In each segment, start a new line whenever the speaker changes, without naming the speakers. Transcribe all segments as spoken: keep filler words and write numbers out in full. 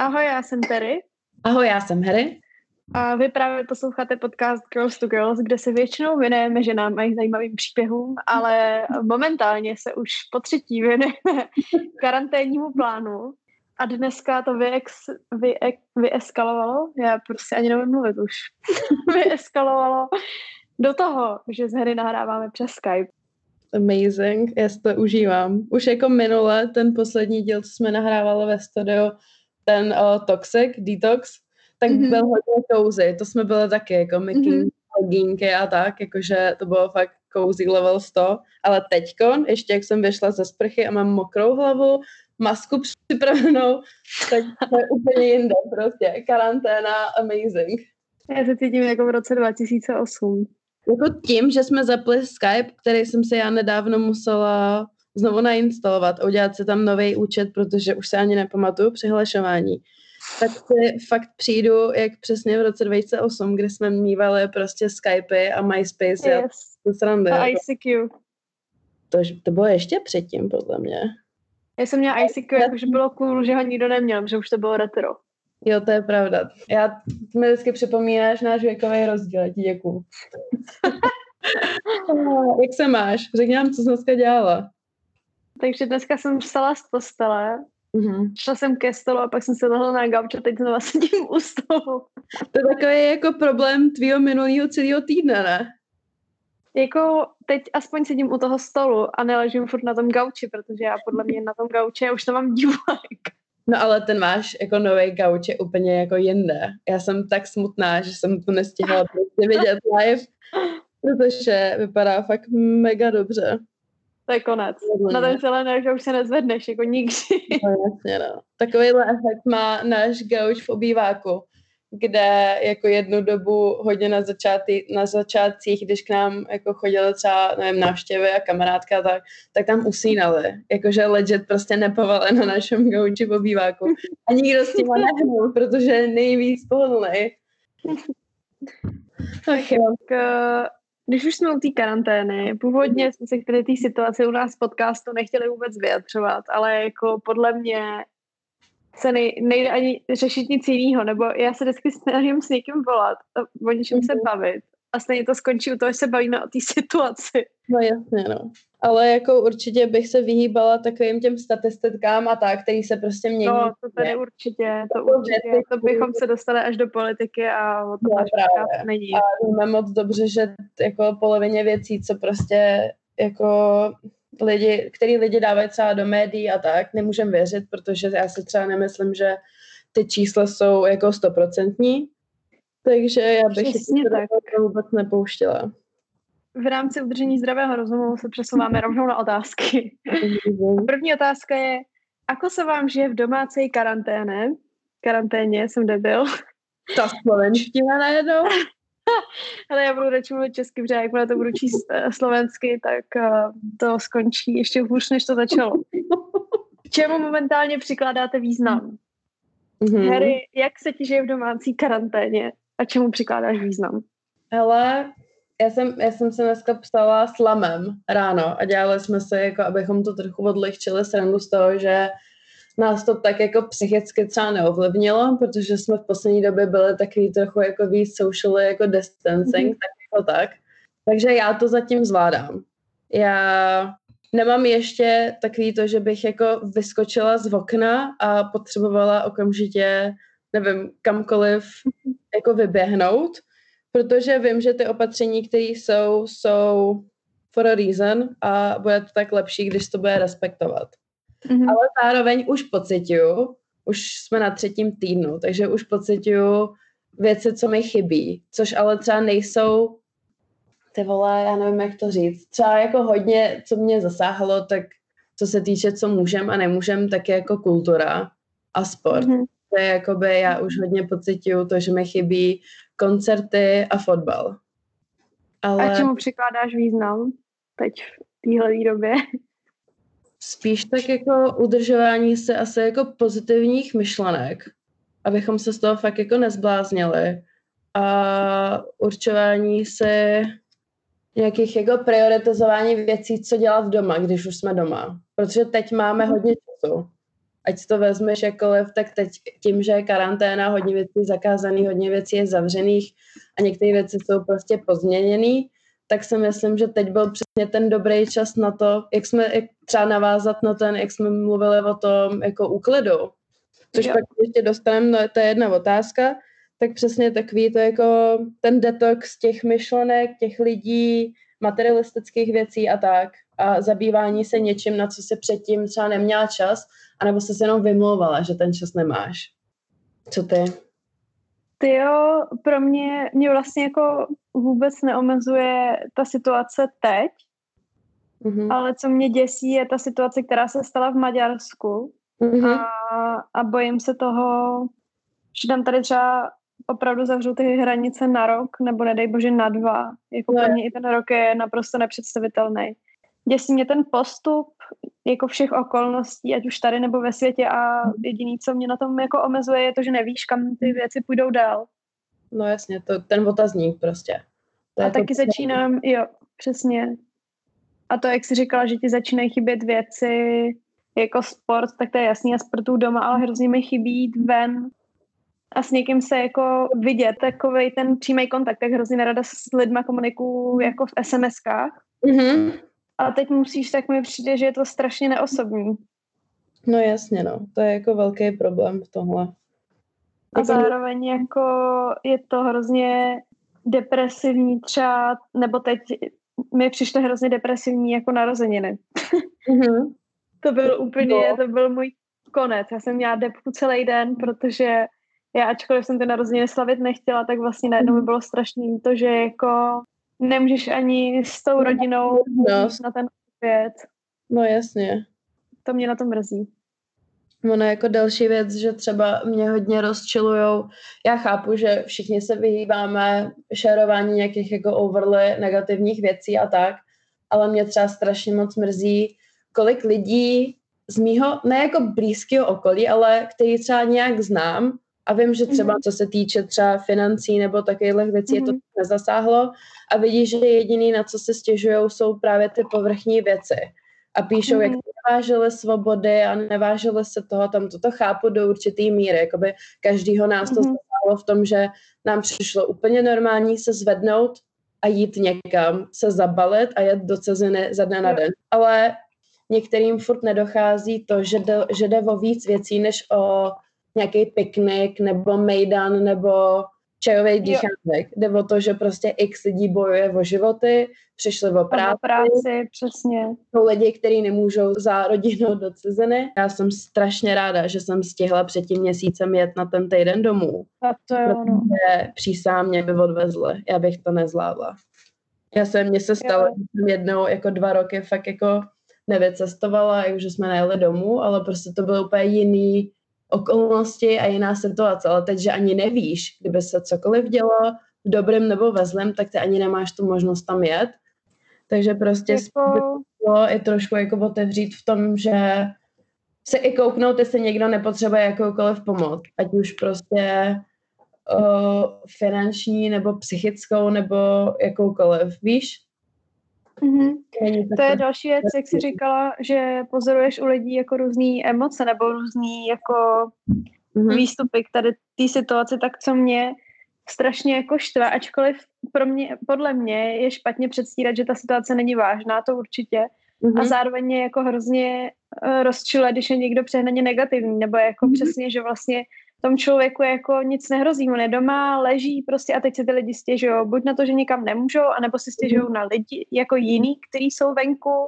Ahoj, já jsem Terry.
Ahoj, já jsem Harry.
A vy právě posloucháte podcast Girls to Girls, kde se většinou věnujeme ženám a jejich zajímavým příběhům, ale momentálně se už po třetí věnujeme karanténnímu plánu a dneska to vyex, vyek, vyeskalovalo, já prostě ani nevím mluvit už, vyeskalovalo do toho, že z Harry nahráváme přes Skype.
Amazing, já si to užívám. Už jako minule, ten poslední díl, co jsme nahrávali ve studiu, ten uh, Toxic, Detox, tak mm-hmm. byl hodně cozy. To jsme byli taky, jako making legínky a tak, jakože to bylo fakt cozy level sto. Ale teďkon, ještě jak jsem vyšla ze sprchy a mám mokrou hlavu, masku připravenou, tak to je úplně jinde prostě. Karanténa, amazing.
Já se cítím jako v roce dva tisíce osm.
Jako tím, že jsme zapli Skype, který jsem se já nedávno musela znovu nainstalovat a udělat si tam nový účet, protože už se ani nepamatuju přihlašování. Tak si fakt přijdu, jak přesně v roce dva tisíce osm, kdy jsme mívali prostě Skypey a MySpace
yes.
a to srandy.
A I C Q.
To, to bylo ještě předtím, podle mě.
Já jsem měla I C Q, jakože bylo cool, že ho nikdo neměl, že už to bylo retro.
Jo, to je pravda. Já mi vždycky připomínáš náš věkový rozdíl, ti děkuju. Jak se máš? Řekni nám, co jsi dneska dělala.
Takže dneska jsem vstala z postele,
mm-hmm.
šla jsem ke stolu a pak jsem se lehla na gauč a teď znova sedím u stolu.
To je takový jako problém tvýho minulého celého týdne, ne?
Jako teď aspoň sedím u toho stolu a neležím furt na tom gauči, protože já podle mě na tom gauči už to mám divák.
No ale ten máš jako nový gauč je úplně jako jinde. Já jsem tak smutná, že jsem to nestihla prostě vidět live, protože vypadá fakt mega dobře.
To je konec. Na ten zelený, že už se nezvedneš, jako nikdy.
No jasně, no. Takovýhle efekt má náš gauč v obýváku, kde jako jednu dobu hodně na, začátky, na začátcích, když k nám jako chodily třeba, nevím, návštěvy a kamarádka, tak, tak tam usínali. Jakože legit prostě nepovali na našem gauči v obýváku. A nikdo s tím nehnul, protože je nejvíc pohodlnej.
Ach jo. Když už jsme u té karantény, původně jsme se k té situaci u nás v podcastu nechtěli vůbec vyjadřovat, ale jako podle mě se nej, nejde ani řešit nic jiného, nebo já se vždycky snažím s někým volat, o něčem se bavit a stejně to skončí u toho, že se bavíme o té situaci.
No jasně, no. Ale jako určitě bych se vyhýbala takovým těm statistikám a tak, který se prostě mění.
No, to tady určitě, to určitě, to bychom se dostali až do politiky a o tom
no,
až podcast není.
A víme moc dobře, že jako polovině věcí, co prostě jako lidi, který lidi dávají třeba do médií a tak, nemůžem věřit, protože já si třeba nemyslím, že ty čísla jsou jako stoprocentní, takže já bych
Přesně
se
tak.
to vůbec nepouštila.
V rámci udržení zdravého rozumu se přesouváme rovnou na otázky. První otázka je, ako se vám žije v domácí karanténě? Karanténě, jsem debil.
Ta slovenština najednou?
Ale já budu radši mluvit česky, protože jakmile to budu číst slovensky, tak uh, to skončí ještě hůř, než to začalo. Čemu momentálně přikládáte význam? Mm-hmm. Harry, jak se ti žije v domácí karanténě a čemu přikládáš význam?
Hele, já jsem, já jsem se dneska psala s Lamem ráno a dělali jsme se, jako abychom to trochu odlehčili srandu z toho, že nás to tak jako psychicky třeba neovlivnilo, protože jsme v poslední době byli takový trochu jako víc socially jako distancing, mm-hmm. tak jako tak. Takže já to zatím zvládám. Já nemám ještě takový to, že bych jako vyskočila z okna a potřebovala okamžitě, nevím, kamkoliv jako vyběhnout, protože vím, že ty opatření, které jsou, jsou for a reason a bude to tak lepší, když to bude respektovat. Mm-hmm. Ale zároveň už pociťuju, už jsme na třetím týdnu, takže už pociťuju věci, co mi chybí, což ale třeba nejsou, ty vole, já nevím, jak to říct, třeba jako hodně, co mě zasáhlo, tak co se týče, co můžem a nemůžem, tak je jako kultura a sport. Mm-hmm. To je jakoby, já už hodně pociťuju to, že mi chybí koncerty a fotbal.
Ale... A čemu přikládáš význam teď v téhle době?
Spíš tak jako udržování se asi jako pozitivních myšlenek, abychom se z toho fakt jako nezbláznili a určování se nějakých jako prioritizování věcí, co dělat doma, když už jsme doma. Protože teď máme hodně času. ať to vezmeš jakkoliv, tak teď tím, že je karanténa, hodně věcí je zakázaný, hodně věcí je zavřených a některé věci jsou prostě pozměněný, tak si myslím, že teď byl přesně ten dobrý čas na to, jak jsme jak třeba navázat na ten, jak jsme mluvili o tom jako úklidu. Což jo. Pak ještě dostaneme, no to je jedna otázka, tak přesně takový to jako ten detox těch myšlenek, těch lidí, materialistických věcí a tak. A zabývání se něčím, na co si předtím třeba neměla čas, anebo jsi se jenom vymlouvala, že ten čas nemáš. Co ty?
Ty jo, pro mě, mě vlastně jako vůbec neomezuje ta situace teď, mm-hmm. ale co mě děsí, je ta situace, která se stala v Maďarsku. Mm-hmm. A, a bojím se toho, že tam tady třeba opravdu zavřou ty hranice na rok, nebo nedej bože na dva. Jako pro mě i ten rok je naprosto nepředstavitelný. Děsí mě ten postup jako všech okolností, ať už tady nebo ve světě, a jediný, co mě na tom jako omezuje, je to, že nevíš, kam ty věci půjdou dál.
No jasně, to, ten otazník prostě.
To a taky to... začínám, jo, přesně. A to, jak jsi říkala, že ti začínají chybět věci jako sport, tak to je jasný, já sportuju doma, ale hrozně mi chybí jít ven a s někým se jako vidět, takovej ten přímý kontakt, tak hrozně nerada s lidma komunikuju jako v es em eskách.
Mhm.
A teď musíš, tak mi přijde, že je to strašně neosobní.
No jasně, no. To je jako velký problém v tomhle.
A jako... zároveň jako je to hrozně depresivní třeba, nebo teď mi přišlo hrozně depresivní jako narozeniny.
Mhm.
To byl úplně, no. to byl můj konec. Já jsem měla depku celý den, protože já, ačkoliv jsem ty narozeniny slavit nechtěla, tak vlastně najednou mi bylo strašný to, že jako nemůžeš ani s tou rodinou
no.
na ten svět.
No jasně.
To mě na to mrzí.
Ono jako další věc, že třeba mě hodně rozčilujou. Já chápu, že všichni se vyhýbáme šerování nějakých jako overly negativních věcí a tak, ale mě třeba strašně moc mrzí, kolik lidí z mýho, ne jako blízkého okolí, ale který třeba nějak znám a vím, že třeba co se týče třeba financí nebo takových věcí, mm-hmm. je to nezasáhlo a vidí, že jediný, na co se stěžujou, jsou právě ty povrchní věci. A píšou, mm-hmm. jak nevážili svobody a nevážili se toho, tam toto chápu do určitý míry, jakoby každýho nás to mm-hmm. zasáhlo v tom, že nám přišlo úplně normální se zvednout a jít někam, se zabalit a jet do ciziny za dne na den. Ale některým furt nedochází to, že jde, že jde o víc věcí, než o nějaký piknik, nebo mejdan, nebo čajový dýchánek. Jde o to, že prostě x lidí bojuje o životy, přišli o práci.
O práci, přesně.
Jsou lidi, kteří nemůžou za rodinou do ciziny. Já jsem strašně ráda, že jsem stihla před tím měsícem jet na ten týden domů.
A to je ono.
Protože přísám mě by odvezli. Já bych to nezvládla. Já jsem, mně se stalo, že jsem jednou jako dva roky fakt jako nevycestovala, jakože jsme nejeli domů, ale prostě to bylo úplně jiný okolnosti a jiná situace, ale teď, že ani nevíš, kdyby se cokoliv dělo v dobrém nebo ve zlém, tak ty ani nemáš tu možnost tam jet. Takže prostě jako... je trošku jako otevřít v tom, že se i kouknout, jestli někdo nepotřebuje jakoukoliv pomoc, ať už prostě uh, finanční nebo psychickou nebo jakoukoliv, víš?
Mm-hmm. To je další věc, jak jsi říkala, že pozoruješ u lidí jako různý emoce nebo různý jako mm-hmm. výstupy k tady té situaci, tak co mě strašně jako štve, ačkoliv pro mě, podle mě je špatně předstírat, že ta situace není vážná, to určitě, mm-hmm. a zároveň je jako hrozně uh, rozčiluje, když je někdo přehnaně negativní, nebo jako mm-hmm. přesně, že vlastně tom člověku jako nic nehrozí, on je doma, leží prostě a teď se ty lidi stěžujou, buď na to, že nikam nemůžou, anebo se stěžují na lidi jako jiný, kteří jsou venku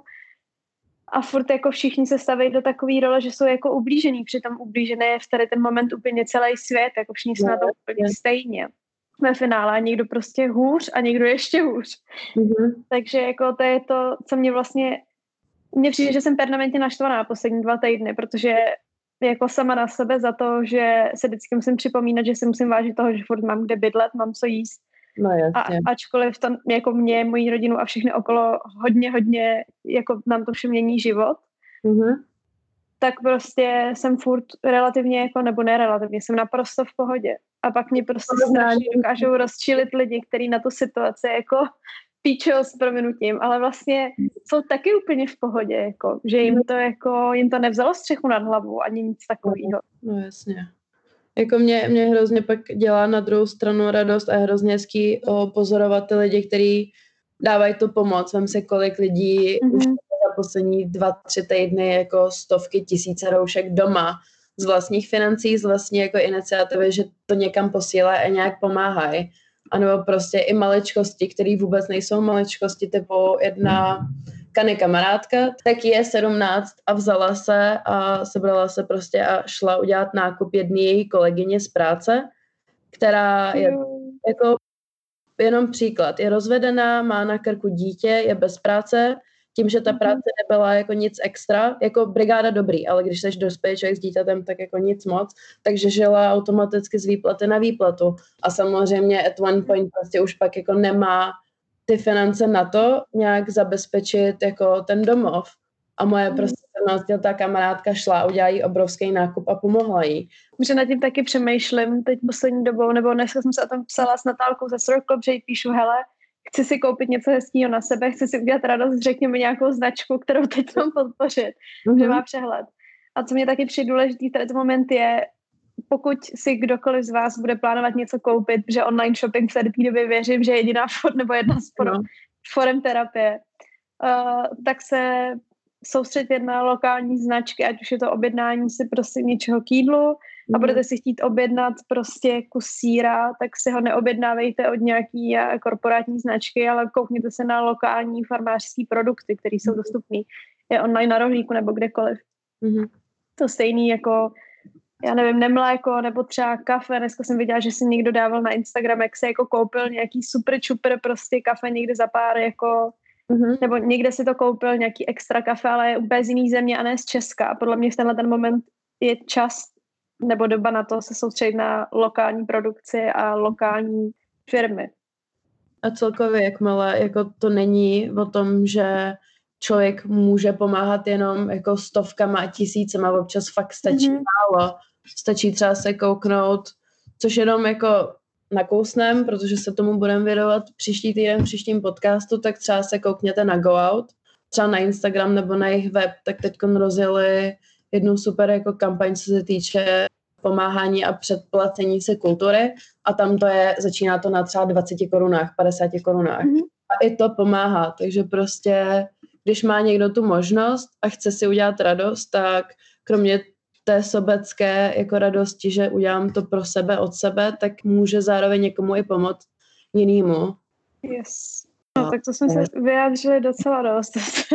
a furt jako všichni se staví do takové role, že jsou jako ublížený, přitom ublížený je v tady ten moment úplně celý svět, jako všichni jsou na to úplně stejně ve finále a někdo prostě hůř a někdo ještě hůř. Mm-hmm. Takže jako to je to, co mě vlastně, mně přijde, že jsem permanentně naštvaná poslední dva týdny, protože jako sama na sebe za to, že se vždycky musím připomínat, že si musím vážit toho, že furt mám kde bydlet, mám co jíst.
No
a ačkoliv to jako mě, moji rodinu a všechny okolo hodně, hodně, jako nám to všem mění život, mm-hmm. tak prostě jsem furt relativně, jako, nebo ne relativně, jsem naprosto v pohodě. A pak mě prostě strašně dokážou rozčilit lidi, kteří na tu situaci jako píčo s prominutím, ale vlastně jsou taky úplně v pohodě, jako, že jim to, jako, jim to nevzalo střechu nad hlavou ani nic takového.
No jasně. Jako mě, mě hrozně pak dělá na druhou stranu radost a je hrozně hezký o, pozorovat ty lidi, kteří dávají tu pomoc. Vem si, kolik lidí mm-hmm. už za poslední dva, tři týdny jako stovky tisíce roušek doma z vlastních financí, z vlastní jako iniciativy, že to někam posílají a nějak pomáhají. A nebo prostě i maličkosti, které vůbec nejsou maličkosti, typu jedna Kany kamarádka, tak je sedmnáct a vzala se a sebrala se prostě a šla udělat nákup jedné její kolegyně z práce, která je jako jenom příklad. Je rozvedená, má na krku dítě, je bez práce, tím, že ta práce nebyla jako nic extra, jako brigáda dobrý, ale když seš dospělý člověk s dítětem, tak jako nic moc, takže žila automaticky z výplaty na výplatu. A samozřejmě at one point prostě už pak jako nemá ty finance na to nějak zabezpečit jako ten domov. A moje mm. prostě sedmnáctiletá kamarádka šla, udělala jí obrovský nákup a pomohla jí.
Že nad tím taky přemýšlím teď poslední dobou, nebo dneska jsem se o tom psala s Natálkou ze Circle, že jí píšu, hele, chci si koupit něco hezkého na sebe, chci si udělat radost, řekni mi nějakou značku, kterou teď mám podpořit, mm-hmm. že má přehled. A co mě taky přijde důležitý v tento moment je, pokud si kdokoliv z vás bude plánovat něco koupit, že online shopping v té době věřím, že je jediná for, nebo jedna z forem, no. forem terapie, uh, tak se soustředit na lokální značky, ať už je to objednání si prostě něčeho k jídlu mm. a budete si chtít objednat prostě kus sýra, tak si ho neobjednávejte od nějaký korporátní značky, ale koukněte se na lokální farmářský produkty, které jsou mm. dostupné. Je online na rohlíku nebo kdekoliv. Mm. To stejný jako já nevím, nemléko, nebo třeba kafe. Dneska jsem viděla, že si někdo dával na Instagram, jak se jako koupil nějaký super čuper prostě kafe někde za pár jako, mm-hmm. nebo někde si to koupil nějaký extra kafe, ale je úplně z jiný země a ne z Česka. A podle mě v tenhle ten moment je čas nebo doba na to se soustředit na lokální produkci a lokální firmy.
A celkově, jakmile jako to není o tom, že člověk může pomáhat jenom jako stovkama a tisícema, občas fakt stačí mm-hmm. málo. Stačí třeba se kouknout, což jenom jako nakousnem, protože se tomu budeme věnovat příští týden v příštím podcastu, tak třeba se koukněte na Go Out, třeba na Instagram nebo na jejich web, tak teď rozjeli jednu super jako kampaň, co se týče pomáhání a předplacení se kultury a tam to je, začíná to na třeba dvacet korunách, padesát korunách. Mm-hmm. A i to pomáhá, takže prostě když má někdo tu možnost a chce si udělat radost, tak kromě té sobecké jako radosti, že udělám to pro sebe, od sebe, tak může zároveň někomu i pomoct jinému.
Yes. No, tak to jsme se vyjádřili docela dost.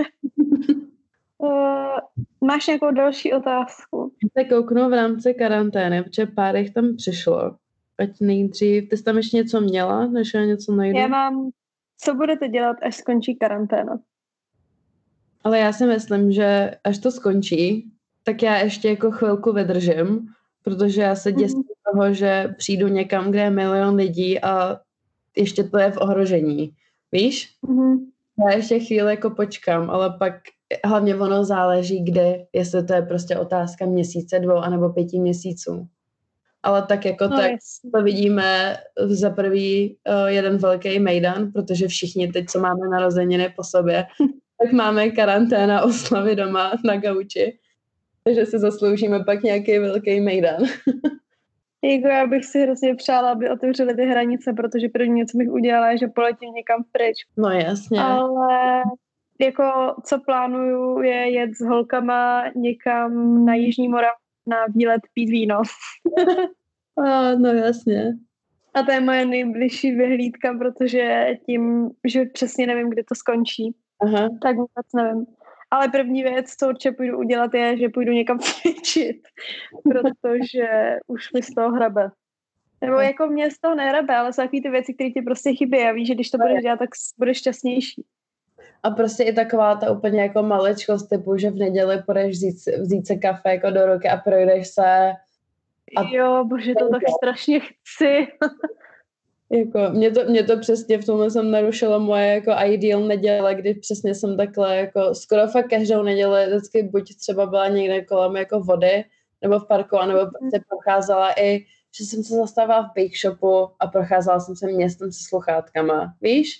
uh, máš nějakou další otázku?
Se kouknu v rámci karantény, protože pár jich tam přišlo. Ať nejdřív, ty jsi tam ještě něco měla, než já něco najdu?
Já mám, co budete dělat, až skončí karanténa?
Ale já si myslím, že až to skončí, tak já ještě jako chvilku vydržím, protože já se děsím mm-hmm. toho, že přijdu někam, kde je milion lidí a ještě to je v ohrožení. Víš? Mm-hmm. Já ještě chvíli jako počkám, ale pak hlavně ono záleží, kdy, jestli to je prostě otázka měsíce, dvou, anebo pěti měsíců. Ale tak jako no, tak yes. to vidíme za prvý uh, jeden velký mejdan, protože všichni teď, co máme narozeniny po sobě, tak máme karanténa, oslavy doma na gauči. Takže si zasloužíme pak nějaký velký mejdan.
Jako já bych si hrozně přála, aby otevřeli ty hranice, protože první, co bych udělala, je, že poletím někam pryč.
No jasně.
Ale jako co plánuju, je jet s holkama někam na Jižní Moravu na výlet pít víno.
A, no jasně.
A to je moje nejbližší vyhlídka, protože tím, že přesně nevím, kdy to skončí, Aha. tak vůbec nevím. Ale první věc, co určitě půjdu udělat, je, že půjdu někam cvičit, protože už mi z toho hrabe. Nebo jako mě z toho nehrabe, ale jsou takový ty věci, které ti prostě chybí a víš, že když to budeš dělat, tak budeš šťastnější.
A prostě i taková ta úplně jako maličkost typu, že v neděli půjdeš vzít, vzít se kafe jako do ruky a projdeš se. A...
Jo, bože, to tak strašně chci.
Jako, mě, to, mě to přesně v tomhle jsem narušila moje jako ideal neděle, kdy přesně jsem takhle jako skoro fakt každou neděli vždycky buď třeba byla někde kolem jako vody nebo v parku, anebo prostě procházela i, že jsem se zastavila v bake shopu a procházela jsem se městem se sluchátkama, víš?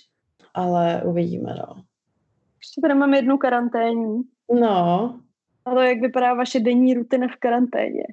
ale uvidíme, no.
Ještě tady mám jednu karanténní.
No.
Ale jak vypadá vaše denní rutina v karanténě?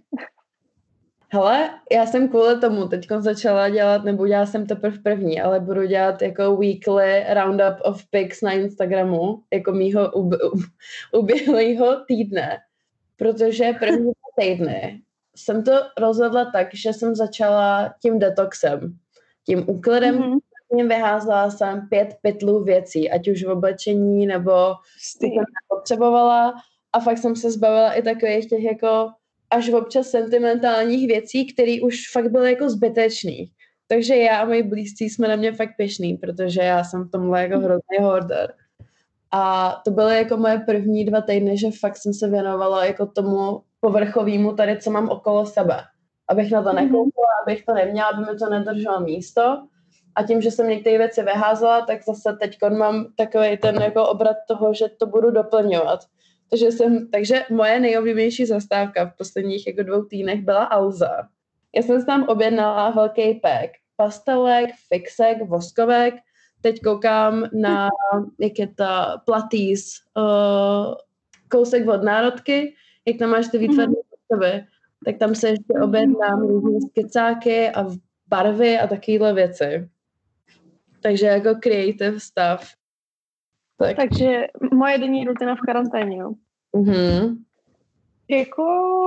Hele, já jsem kvůli tomu teď začala dělat, nebo dělala jsem teprve první, ale budu dělat jako weekly roundup of pics na Instagramu, jako mýho ub, ub, uběhlého týdne, protože první dva týdny jsem to rozhodla tak, že jsem začala tím detoxem, tím úklidem, mm-hmm. vyházela jsem pět pytlů věcí, ať už v oblečení, nebo jsem potřebovala a fakt jsem se zbavila i takových těch jako až občas sentimentálních věcí, které už fakt byly jako zbytečný. Takže já a moji blízcí jsme na mě fakt pyšný, protože já jsem v tomhle jako hrozný hoarder. A to byly jako moje první dva týdny, že fakt jsem se věnovala jako tomu povrchovému tady, co mám okolo sebe. Abych na to nekoupila, abych to neměla, aby mi to nedrželo místo. A tím, že jsem některé věci vyházela, tak zase teď mám takový ten jako obrat toho, že to budu doplňovat. Takže, jsem, takže moje nejoblíbenější zastávka v posledních jako dvou týdnech byla Alza. Já jsem si tam objednala velký pack pastelek, fixek, voskovek. Teď koukám na, jak je ta platýs, uh, kousek od národky, jak tam máš ty výtvarné postavy, tak tam se ještě objednám různé skicáky a barvy a takovéhle věci. Takže jako creative stuff.
Tak. Takže moje denní rutina v karanténě, jo.
Mm-hmm.
Jako...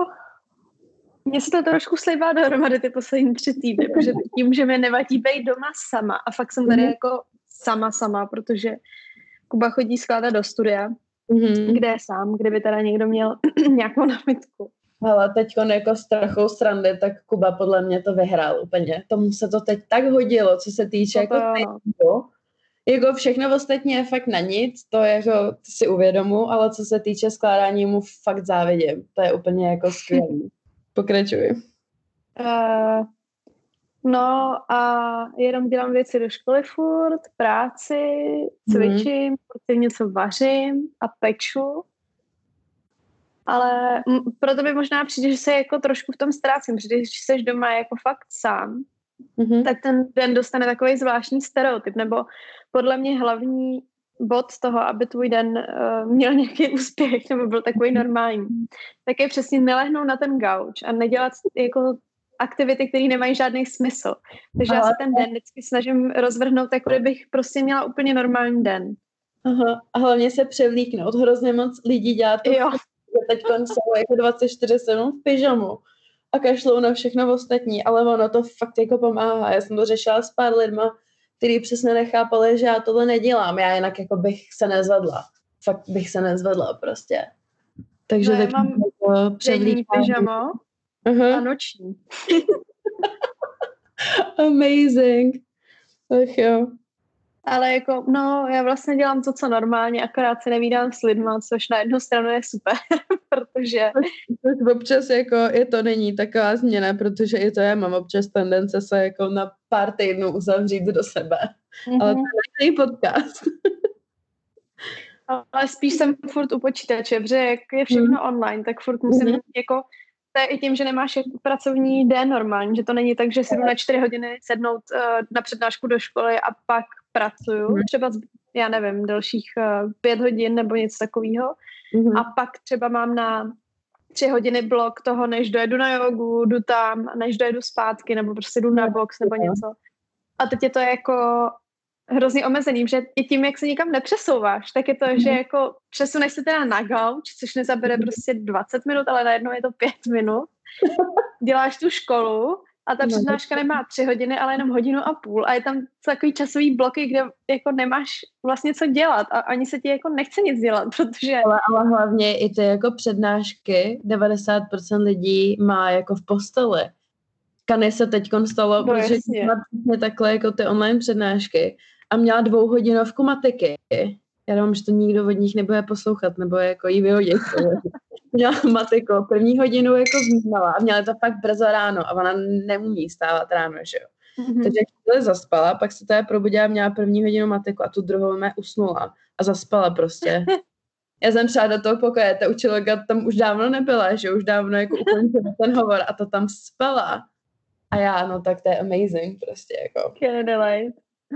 Mně se to trošku slejvá dohromady ty poslední tři týdny, protože tím, že mi nevadí být doma sama a fakt jsem tady mm-hmm. jako sama sama, protože Kuba chodí skládat do studia, mm-hmm. kde je sám, kdyby teda někdo měl nějakou námitku.
Hele, teďko jako s trochou srandy, tak Kuba podle mě to vyhrál úplně. Tomu se to teď tak hodilo, co se týče to jako to, jako všechno ostatní je fakt na nic, to je jako, to si uvědomu, ale co se týče skládání, mu fakt závidím. To je úplně jako skvělý. Pokračuj.
Uh, no a jenom dělám věci do školy furt, práci, cvičím, mm. něco vařím a peču. Ale m- proto by možná přijde, že se jako trošku v tom ztrácím, protože když jsi doma jako fakt sám, mm-hmm. tak ten den dostane takový zvláštní stereotyp, nebo podle mě hlavní bod toho, aby tvůj den uh, měl nějaký úspěch, nebo byl takový normální, tak je přesně nelehnout na ten gauč a nedělat jako aktivity, které nemají žádný smysl. Takže Aha. já se ten den vždycky snažím rozvrhnout, jako kdybych prostě měla úplně normální den.
Aha. A hlavně se převlíknout. Hrozně moc lidí dělá to,
jo.
že teď jsou jako dvacet čtyři sedm v pyžamu a kašlou na všechno ostatní, ale ono to fakt jako pomáhá. Já jsem to řešila s pár lidma, který přesně nechápali, že já tohle nedělám. Já jinak jako bych se nezvedla. Fakt bych se nezvedla prostě. Takže
no,
tak
mám jako denní pyžamo uh-huh. a noční.
Amazing. Ach jo.
Ale jako, no, já vlastně dělám to, co normálně, akorát se nevídám s lidma, což na jednu stranu je super, protože...
Občas jako je to není taková změna, protože i to já mám občas tendence se jako na pár týdnů uzavřít do sebe. Mm-hmm. Ale to není podcast.
Ale spíš jsem furt u počítače, protože jak je všechno mm. online, tak furt musím mm-hmm. jako... To je i tím, že nemáš jako pracovní den normální, že to není tak, že si jdu na čtyři hodiny sednout uh, na přednášku do školy a pak pracuju, mm. třeba já nevím, dalších uh, pět hodin nebo něco takového. Mm. A pak třeba mám na tři hodiny blok toho, než dojedu na jogu, jdu tam, než dojedu zpátky, nebo prostě jdu na box nebo něco. A teď je to jako hrozně omezený, že i tím, jak se nikam nepřesouváš, tak je to, mm. že jako přesuneš se teda na gauč, což nezabere prostě dvacet minut, ale najednou je to pět minut. Děláš tu školu a ta přednáška nemá tři hodiny, ale jenom hodinu a půl a je tam takový časový bloky, kde jako nemáš vlastně co dělat a ani se ti jako nechce nic dělat, protože...
Ale, ale hlavně i ty jako přednášky, devadesát procent lidí má jako v posteli. Kany se teď stalo, no, protože má takhle jako ty online přednášky a měla dvouhodinovku matiky. Já doufám, že to nikdo od nich nebude poslouchat, nebo jako jí vyhodit. Měla matiku, první hodinu jako vnímala a měla to fakt brzo ráno a ona neumí stávat ráno, že jo. Mm-hmm. Takže chvíli zaspala, pak se teda probudila, měla první hodinu matiku a tu druhou mě usnula a zaspala prostě. Já jsem třeba do toho pokoje, ta učitelka tam už dávno nebyla, že už dávno jako ukončila ten hovor a to tam spala. A já, no tak to je amazing prostě, jako.
Can relate.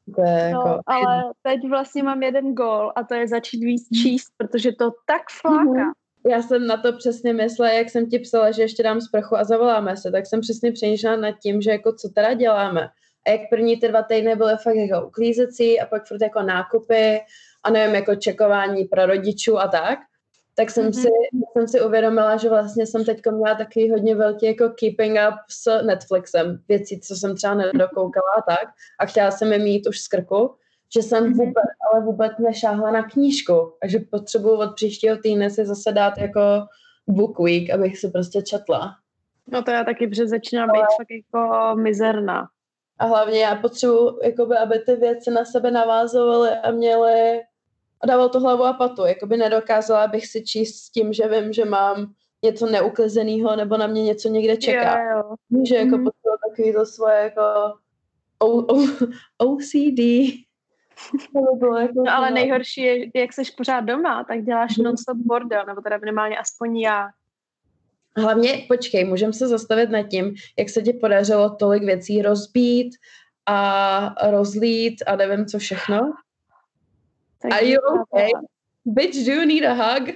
To je jako...
No, ale teď vlastně mám jeden gól a to je začít víc číst, protože to tak fláká.
Já jsem na to přesně myslela, jak jsem ti psala, že ještě dám sprchu a zavoláme se, tak jsem přesně přemýšlela nad tím, že jako co teda děláme. A jak první ty dva týdny byly fakt jako uklízecí a pak furt jako nákupy a nevím, jako čekování pro rodičů a tak, tak jsem, mm-hmm. si, jsem si uvědomila, že vlastně jsem teď měla takový hodně velký jako keeping up s Netflixem, věcí, co jsem třeba nedokoukala a tak a chtěla jsem je mít už z krku, že jsem mm-hmm. vůbec, ale vůbec nešáhla na knížku a že potřebuji od příštího týdne si zase dát jako book week, abych si prostě četla.
No to já taky, protože začíná být ale... fakt jako mizerná.
A hlavně já potřebuji, jakoby, aby ty věci na sebe navázovaly a měly a dával to hlavu a patu. Jakoby nedokázala bych si číst s tím, že vím, že mám něco neuklizenýho nebo na mě něco někde čeká.
Jo, jo.
Že jako mm. potřebuji takový to svoje jako o, o, O C D.
Jako no ale nejhorší je, jak seš pořád doma, tak děláš non-stop bordel, nebo teda minimálně aspoň já.
Hlavně, počkej, můžeme se zastavit nad tím, jak se ti podařilo tolik věcí rozbít a rozlít a nevím co všechno. Tak Are you okay? Bitch, do you need a hug?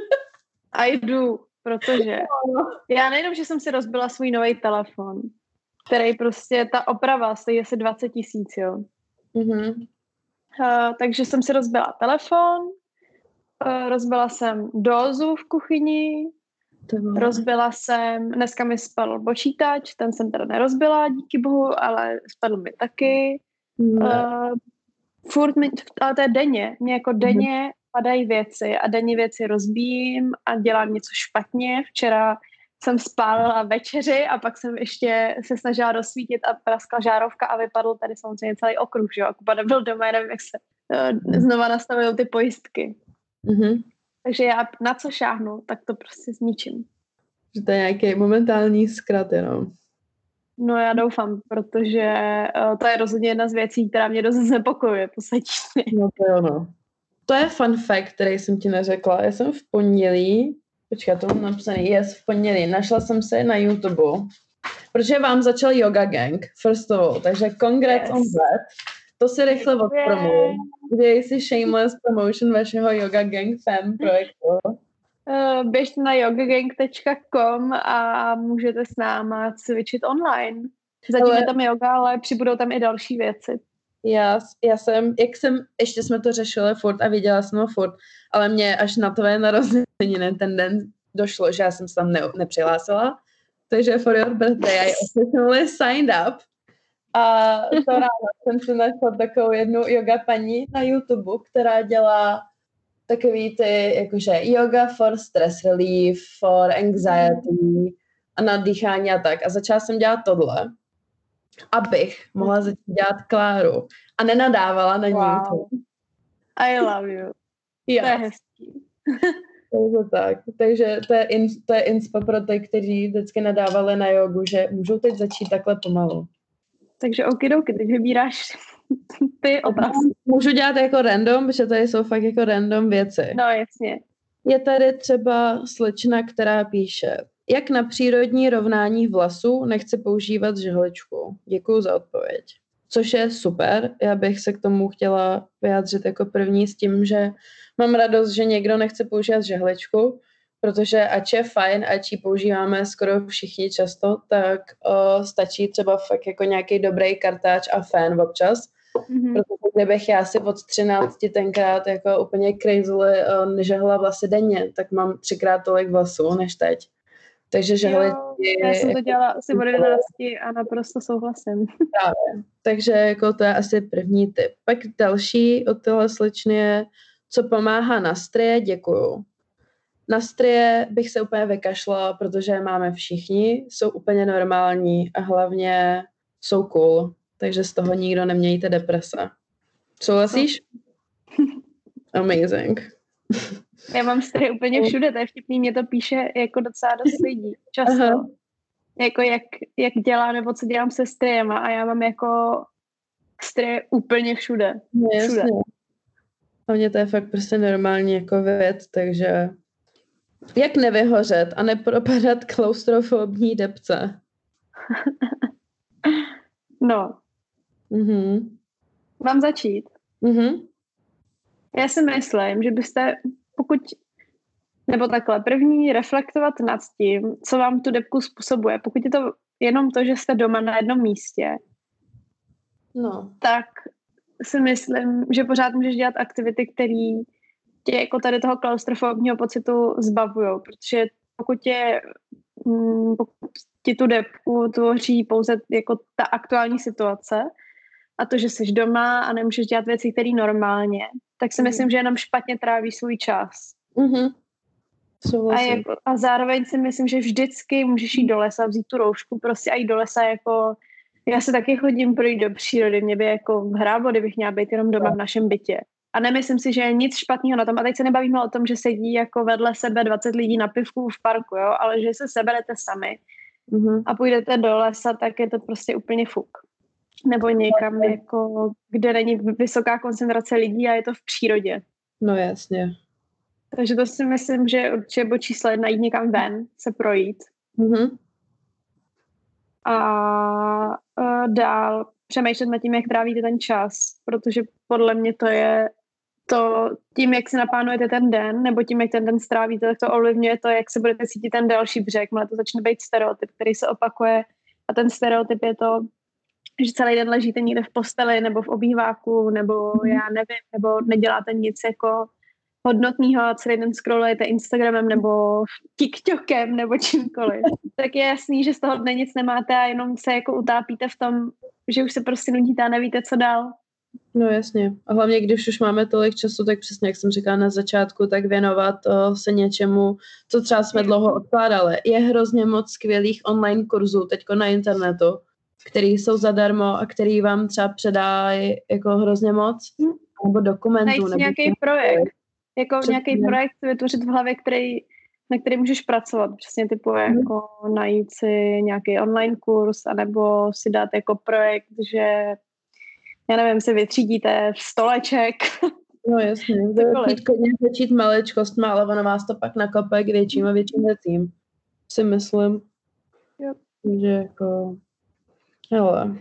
I do, protože já nejenom, že jsem si rozbila svůj nový telefon, který prostě, ta oprava stojí asi dvacet tisíc, jo.
Mm-hmm.
Uh, takže jsem si rozbila telefon, uh, rozbila jsem dózu v kuchyni, rozbila jsem, dneska mi spadl počítač, ten jsem teda nerozbila, díky bohu, ale spadl mi taky. Mm. Uh, furt mi, ale to je denně, mě jako denně mm. padají věci a denně věci rozbíjím a dělám něco špatně. Včera jsem spálila večeři a pak jsem ještě se snažila rozsvítit a praskla žárovka a vypadl tady samozřejmě celý okruh, že jo, a Kuba nebyl doma, nevím, jak se uh, znova nastavují ty pojistky.
Mm-hmm.
Takže já na co šáhnu, tak to prostě zničím.
Že to je nějaký momentální zkrat jenom.
No já doufám, protože uh, to je rozhodně jedna z věcí, která mě dost znepokojuje poslední.
No to je ono. To je fun fact, který jsem ti neřekla. Já jsem v pondělí, počkej, to mám napsaný, yes, v pondělí, našla jsem se na YouTube, protože vám začal Yoga Gang, first of all, takže congrats yes. on that. To si rychle odpromuji. Udělej si shameless promotion vašeho Yoga Gang fam projektu.
Uh, běžte na yogagang tečka com a můžete s náma cvičit online. Zatím ale... je tam yoga, ale přibudou tam i další věci.
Já, já jsem, jak jsem, ještě jsme to řešili furt a viděla jsem ho furt, ale mě až na tvé narozeniny ten den došlo, že já jsem se tam ne, nepřihlásila. Takže for your birthday I officially signed up. A to ráno jsem si našla takovou jednu yoga paní na YouTube, která dělá takový ty, jakože yoga for stress relief, for anxiety a na dýchání a tak. A začala jsem dělat tohle, abych mohla začít dělat Kláru. A nenadávala na ní.
Wow. I love you.
Yeah.
To je hezký.
Takže tak. Takže to je, in, to je inspo pro ty, kteří vždycky nadávali na jogu, že můžou teď začít takhle pomalu.
Takže okidoky, teď vybíráš ty otázky.
Můžu dělat jako random, protože tady jsou fakt jako random věci.
No jasně.
Je tady třeba slečna, která píše, jak na přírodní rovnání vlasů nechce používat žehličku. Děkuju za odpověď. Což je super. Já bych se k tomu chtěla vyjádřit jako první s tím, že mám radost, že někdo nechce používat žehličku, protože ač je fajn, ač ji používáme skoro všichni často, tak o, stačí třeba fakt jako nějaký dobrý kartáč a fén občas. Mm-hmm. Protože kdybych já si od třinácti tenkrát jako úplně crazily nežehla vlasy denně, tak mám třikrát tolik vlasů než teď. Takže žehličky...
Já jsem to dělala asi od jedenácti a naprosto souhlasím.
Právě. Takže jako to je asi první tip. Pak další od téhle slečny je, co pomáhá na strie, děkuju. Na strie bych se úplně vykašla, protože máme všichni, jsou úplně normální a hlavně jsou cool, takže z toho nikdo nemějte deprese. Souhlasíš? Amazing.
Já mám strie úplně všude, to je vtipný, mě to píše jako docela dost lidí, často. Aha. Jako jak, jak dělám, nebo co dělám se striema a já mám jako strie úplně všude.
Jasně. A mně to je fakt prostě normální jako věc, takže jak nevyhořet a nepropadat klaustrofobní depce?
No.
Mhm.
Mám začít?
Mhm.
Já si myslím, že byste, pokud, nebo takhle, první reflektovat nad tím, co vám tu depku způsobuje. Pokud je to jenom to, že jste doma na jednom místě,
No.
tak si myslím, že pořád můžeš dělat aktivity, které tě jako tady toho klaustrofobního pocitu zbavujou, protože pokud tě, pokud ti tu depku tvoří pouze jako ta aktuální situace a to, že jsi doma a nemůžeš dělat věci, které normálně, tak si mm. myslím, že jenom špatně trávíš svůj čas.
Mm-hmm.
A, jako, a zároveň si myslím, že vždycky můžeš jít do lesa, vzít tu roušku prostě a jít do lesa jako... Já se taky chodím projít do přírody, mě by jako hráblo, kdybych měla být jenom doma v našem bytě. A nemyslím si, že je nic špatného na tom. A teď se nebavíme o tom, že sedí jako vedle sebe dvacet lidí na pivku v parku, jo? Ale že se seberete sami mm-hmm. a půjdete do lesa, tak je to prostě úplně fuk. Nebo někam, jako, kde není vysoká koncentrace lidí a je to v přírodě.
No jasně.
Takže to si myslím, že určitě bylo číslo jedna, jít někam ven, se projít.
Mm-hmm.
A uh, dál přemýšlet nad tím, jak trávíte ten čas, protože podle mě to je to, tím, jak si naplánujete ten den, nebo tím, jak ten den strávíte, tak to ovlivňuje to, jak se budete cítit ten další břeh. Má to začne být stereotyp, který se opakuje a ten stereotyp je to, že celý den ležíte někde v posteli nebo v obýváku, nebo já nevím, nebo neděláte nic jako hodnotného a celý den scrollujete Instagramem nebo TikTokem nebo čímkoliv. Tak je jasný, že z toho dne nic nemáte a jenom se jako utápíte v tom, že už se prostě nudíte a nevíte, co dál.
No jasně. A hlavně, když už máme tolik času, tak přesně, jak jsem říkala na začátku, tak věnovat o, se něčemu, co třeba jsme dlouho odkládali. Je hrozně moc skvělých online kurzů teďko na internetu, který jsou zadarmo a který vám třeba předají jako hrozně moc, nebo dokumentů.
Najít
nebo
nějaký projekt. Jako přesně. Nějaký projekt vytvořit v hlavě, který, na který můžeš pracovat. Přesně typu mm. jako najít si nějaký online kurz, anebo si dát jako projekt, že já nevím, si vytřídíte stoleček.
No jasně, začít, začít maličkostma, ale ono vás to pak nakope k větším a větším věcím. Si myslím.
Jo.
Že jako... Hele.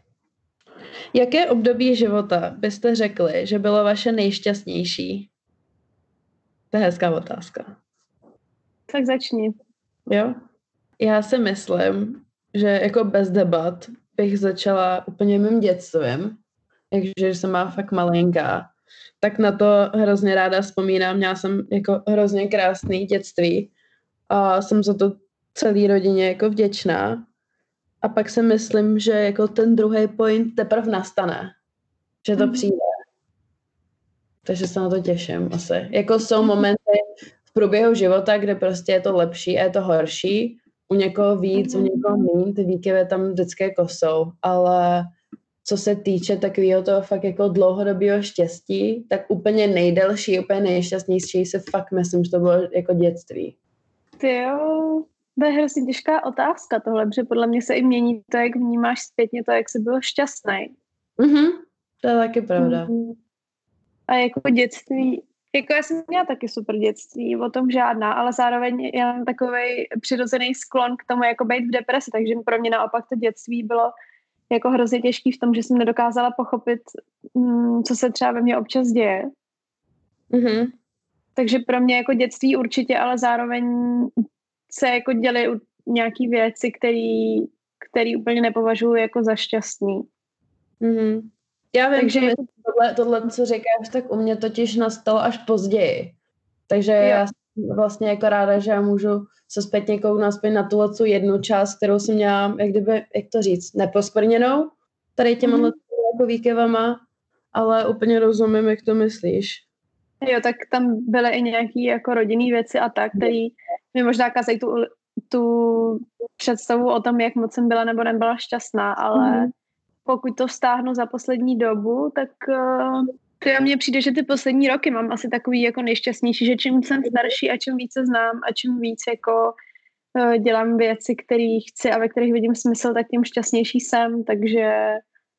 Jaké období života byste řekli, že bylo vaše nejšťastnější? To je hezká otázka.
Tak začni.
Jo? Já si myslím, že jako bez debat bych začala úplně mým dětstvím, takže jsem má fakt malinká, tak na to hrozně ráda vzpomínám. Měla jsem jako hrozně krásný dětství a jsem za to celý rodině jako vděčná. A pak si myslím, že jako ten druhý point teprve nastane, že to mm-hmm. přijde. Takže se na to těším asi. Jako jsou momenty v průběhu života, kde prostě je to lepší a je to horší. U někoho víc, mm-hmm. u někoho míň, ty výkyvy tam vždycky jako jsou. Ale co se týče takového toho fakt jako dlouhodobého štěstí, tak úplně nejdelší, úplně nejšťastnější si fakt myslím, že to bylo jako dětství.
Ty jo, to je hrozně těžká otázka tohle, protože podle mě se i mění to, jak vnímáš zpětně to, jak jsi byl šťastný.
Mhm, to je taky pravda. Mm-hmm.
A jako dětství, jako já jsem měla taky super dětství, o tom žádná, ale zároveň já mám takovej přirozený sklon k tomu jako být v depresi, takže pro mě naopak to dětství bylo jako hrozně těžký v tom, že jsem nedokázala pochopit, co se třeba ve mně občas děje.
Mhm.
Takže pro mě jako dětství určitě, ale zároveň se jako děly nějaký věci, který, který úplně nepovažuji jako za šťastný.
Mhm. Já vím,
takže
že tohle, tohle, co říkáš, tak u mě totiž nastalo až později. Takže jo. Já jsem vlastně jako ráda, že já můžu se zpětně kouknout aspoň na tuhle jednu část, kterou jsem měla, jak kdyby, jak to říct, neposkvrněnou, tady těma mm-hmm. jako výkyvama, ale úplně rozumím, jak to myslíš.
Jo, tak tam byly i nějaký jako rodinný věci a tak, který mi možná kazají tu, tu představu o tom, jak moc jsem byla nebo nebyla šťastná, ale mm-hmm. pokud to vztáhnu za poslední dobu, tak uh, to mně přijde, že ty poslední roky mám asi takový jako nejšťastnější, že čím jsem starší a čím více znám a čím víc jako uh, dělám věci, které chci a ve kterých vidím smysl, tak tím šťastnější jsem, takže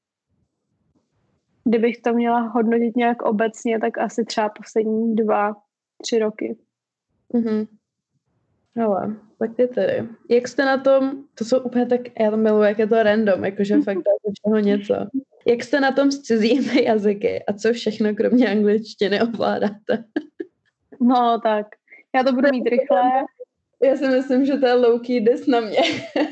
kdybych to měla hodnotit nějak obecně, tak asi třeba poslední dva, tři roky.
Mhm. Hele, tak ty tedy. Jak jste na tom, to jsou úplně tak, já to miluji, jak je to random, jakože fakt to je všeho něco. Jak jste na tom s cizími jazyky a co všechno kromě angličtiny ovládáte?
No tak, já to budu mít rychle.
Já si myslím, že to je low-key diss na mě.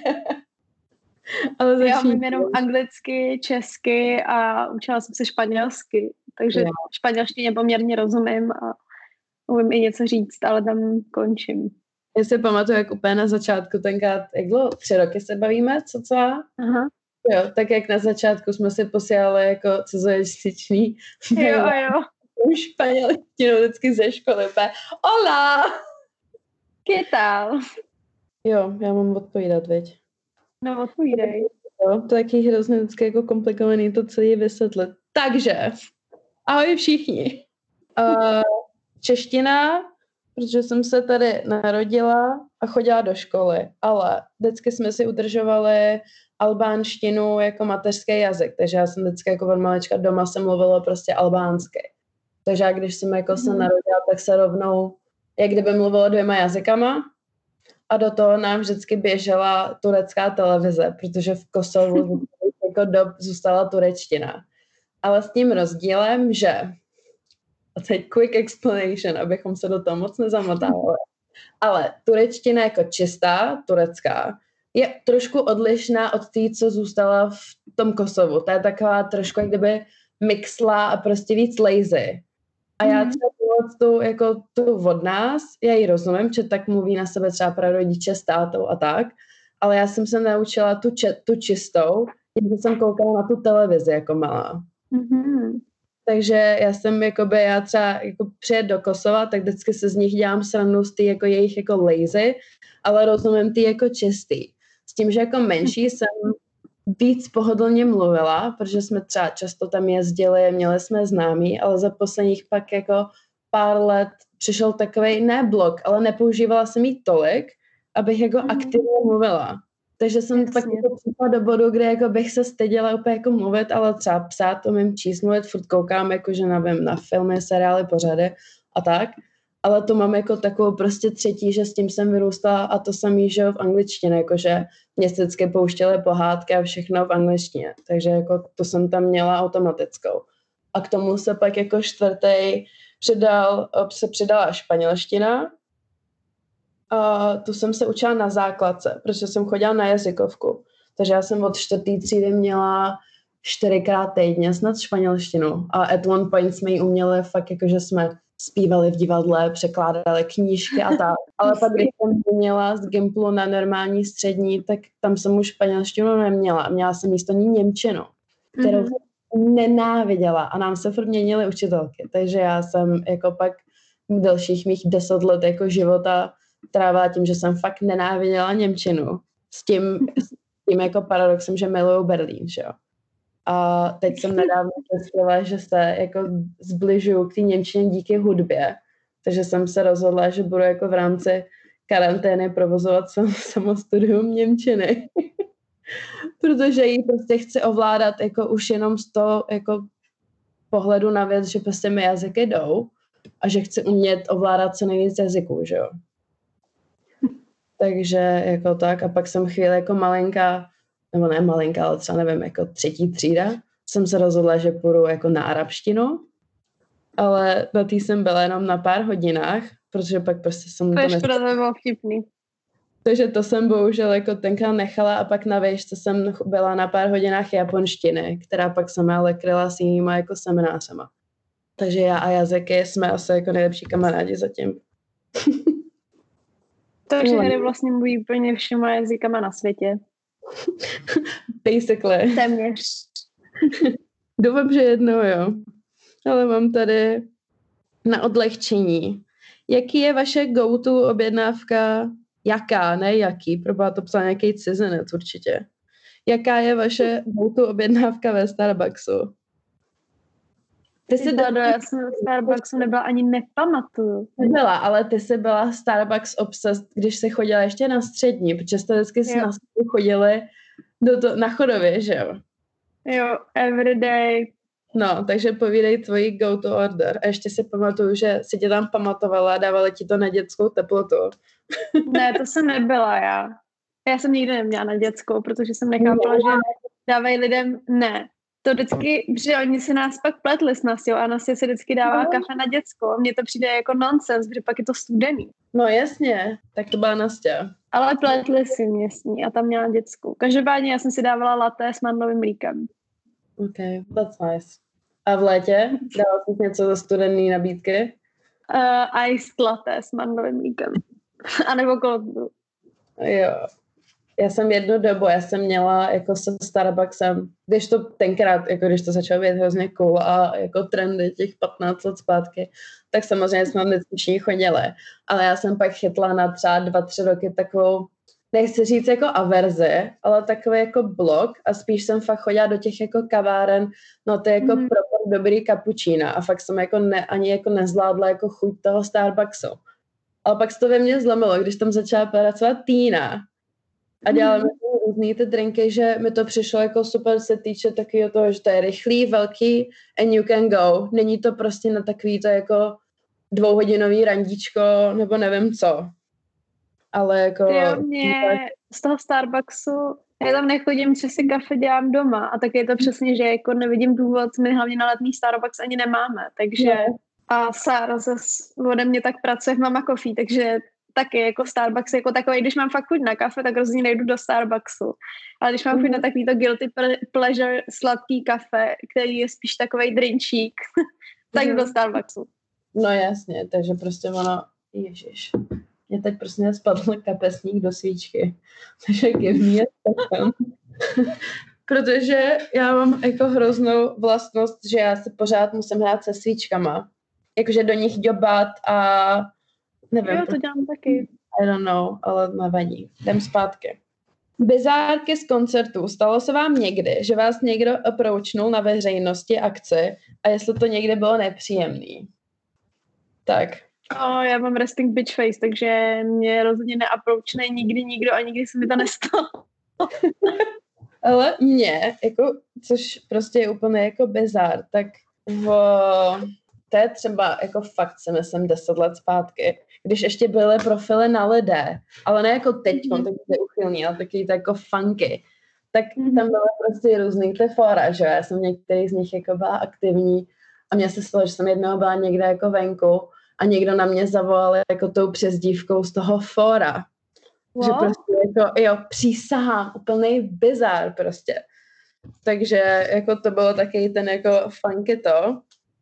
Ale začít.
Já umím jenom anglicky, česky a učila jsem se španělsky, takže jo. Španělštině poměrně rozumím a umím i něco říct, ale tam končím.
Já si pamatuju, jak úplně na začátku tenkrát, jak bylo, tři roky se bavíme, co co?
Aha.
Jo, tak jak na začátku jsme si posílali jako cizojazyční
jo, jo.
španělštinu vždycky ze školy, úplně hola!
¿Qué tal?
Jo, já mám odpovídat, viď?
No, odpovídej.
Jo, to je taky hrozně vždycky jako komplikovaný to celý vysvětlit. Takže, ahoj všichni. Uh, čeština, protože jsem se tady narodila a chodila do školy, ale vždycky jsme si udržovali albánštinu jako mateřský jazyk, takže já jsem vždycky jako od malička doma jsem mluvila prostě albánsky. Takže já když jsem jako se narodila, tak se rovnou, jak kdyby mluvila dvěma jazykama a do toho nám vždycky běžela turecká televize, protože v Kosovu jako dob zůstala turečtina. Ale s tím rozdílem, že a teď quick explanation, abychom se do toho moc nezamotávali. Ale turečtina jako čistá, turecká, je trošku odlišná od té, co zůstala v tom Kosovu. To je taková trošku, jak kdyby mixla a prostě víc lazy. A já třeba tu, jako tu od nás, já ji rozumím, že tak mluví na sebe třeba prarodiče s tátou a tak, ale já jsem se naučila tu, če, tu čistou, když jsem koukala na tu televizi jako malá.
Mm-hmm.
Takže já jsem, jakoby, já třeba jako přijet do Kosova, tak vždycky se z nich dělám srandu z ty jako jejich jako lazy, ale rozumím ty jako čistý. S tím, že jako menší jsem víc pohodlně mluvila, protože jsme třeba často tam jezdili, měli jsme známí, ale za posledních pak jako pár let přišel takovej, ne blok, ale nepoužívala jsem jí tolik, abych jako mm. aktivně mluvila. Takže jsem Jasně. tak jako přišla do bodu, kde jako bych se styděla úplně jako mluvit, ale třeba psát, umím číst, mluvit, furt koukám, jakože nevím, na filmy, seriály, pořady a tak. Ale to mám jako takovou prostě třetí, že s tím jsem vyrůstala a to samý, že v angličtině, jakože mě vždycky pouštěly pohádky a všechno v angličtině. Takže jako to jsem tam měla automatickou. A k tomu se pak jako čtvrtý přidal, se přidala španělština. A tu jsem se učila na základce, protože jsem chodila na jazykovku. Takže já jsem od čtvrtý třídy měla čtyřikrát týdně snad španělštinu. A at one point jsme ji uměli fakt jako, že jsme zpívali v divadle, překládali knížky a tak. Ale pak, když jsem měla z Gimplu na normální střední, tak tam jsem už španělštinu neměla. Měla jsem místo ní němčinu, kterou mm-hmm. nenáviděla a nám se furt měnily učitelky. Takže já jsem jako pak dalších mých deset let jako života trávila tím, že jsem fakt nenáviděla němčinu. S tím, s tím jako paradoxem, že miluju Berlín, že jo. A teď jsem nedávno zjistila, že se jako zbližuju k té němčině díky hudbě. Takže jsem se rozhodla, že budu jako v rámci karantény provozovat samostudium němčiny. Protože ji prostě chci ovládat jako už jenom z toho jako pohledu na věc, že prostě mi jazyky jdou a že chci umět ovládat co nejvíc jazyků, že jo. Takže jako tak a pak jsem chvíli jako malinka nebo ne malinká, ale třeba nevím, jako třetí třída, jsem se rozhodla, že půjdu jako na arabštinu, ale na tý jsem byla jenom na pár hodinách, protože pak prostě jsem
to
to
nestala. To je bylo vtipný.
Takže to jsem bohužel jako tenkrát nechala a pak na výšce jsem byla na pár hodinách japonštiny, která pak sama ale kryla s jinýma jako seminářema. Takže já a jazyky jsme asi jako nejlepší kamarádi zatím.
Takže tady vlastně mluví úplně všema jazykama na světě.
Basically.
Téměř.
Doufám, že jednou, jo. Ale mám tady na odlehčení. Jaký je vaše go-to objednávka? Jaká, ne jaký? Probá to psal nějaký cizinec určitě. Jaká je vaše go-to objednávka ve Starbucksu?
Ty jsi Dado, já jsem ve Starbucksu nebyla ani nepamatuju.
Nebyla, ale ty jsi byla Starbucks obsessed, když jsi chodila ještě na střední, protože jste vždycky s nás chodili do to, na Chodově, že jo?
Jo, everyday.
No, takže povídej tvojí go-to order. A ještě si pamatuju, že si tě tam pamatovala a dávali ti to na dětskou teplotu.
Ne, to jsem nebyla já. Já jsem nikdy neměla na dětskou, protože jsem nechápala, že dávají lidem, ne. To vždycky, že oni si nás pak pletli s Nastějou a Nastěja si vždycky dává no. kafe na děcko. Mně to přijde jako nonsens, protože pak je to studený.
No jasně, tak to byla Nastěja.
Ale pletli si mě s ní a tam měla děcku. Každopádně já jsem si dávala latte s mandlovým mlíkem.
Ok, that's nice. A v létě dala jsi něco za studený nabídky?
Uh, iced latte s mandlovým mlíkem. A nebo cold brew.
Jo. Já jsem jednu dobu, já jsem měla jako se Starbucksem, když to tenkrát, jako když to začalo být hrozně cool a jako trendy těch patnáct let zpátky, tak samozřejmě jsme vždycky všichni chodili. Ale já jsem pak chytla na třeba dva, tři roky takovou, nechci říct jako averzi, ale takový jako blok a spíš jsem fakt chodila do těch jako kaváren, no to je jako mm. proper dobrý cappuccino a fakt jsem jako ne, ani jako nezvládla jako chuť toho Starbucksu. Ale pak se to ve mně zlomilo, když tam začala pracovat Týna a dělala mm. různý ty drinky, že mi to přišlo jako super se týče takového toho, že to je rychlý, velký and you can go. Není to prostě na takový to jako dvouhodinový randíčko nebo nevím co. Ale jako...
Jo, mě z toho Starbucksu, já tam nechodím, že si kafe dělám doma a tak je to přesně, že jako nevidím důvod, my hlavně na letní Starbucks ani nemáme, takže no. A Sára zase ode mě tak pracuje v Mama Coffee, takže taky jako Starbucks jako takový, když mám fakt chuť na kafe, tak rozhodně nejdu do Starbucksu. Ale když mám mm. chuť na takovýto guilty pleasure sladký kafe, který je spíš takovej drinčík, tak mm. do Starbucksu.
No jasně, takže prostě ono, ježiš, mě teď prostě spadl kapesník do svíčky. Takže give me a second. Protože já mám jako hroznou vlastnost, že já se pořád musím hrát se svíčkama. Jakože do nich ďobat a nevím.
Jo, to dělám taky.
I don't know, ale nevadí. Jdem zpátky. Bizárky z koncertů. Stalo se vám někdy, že vás někdo approachnul na veřejnosti akci a jestli to někdy bylo nepříjemný? Tak.
Oh, já mám resting bitch face, takže mě rozhodně neapproachne nikdy nikdo a nikdy se mi to nestalo.
Ale mě, jako, což prostě je úplně jako bizár, tak v, to je třeba jako fakt si myslím deset let zpátky, když ještě byly profily na lidé, ale ne jako teď, mm-hmm. tak je uchylný, ale taky to jako funky, tak mm-hmm. tam byly prostě různý ty fora, že já jsem v některých z nich jako byla aktivní a mně se stalo, že jsem jednou byla někde jako venku a někdo na mě zavolal jako tou přezdívkou z toho fóra. Wow. Že prostě jako, jo, přísahám, úplný bizár prostě. Takže jako to bylo taky ten jako funky to.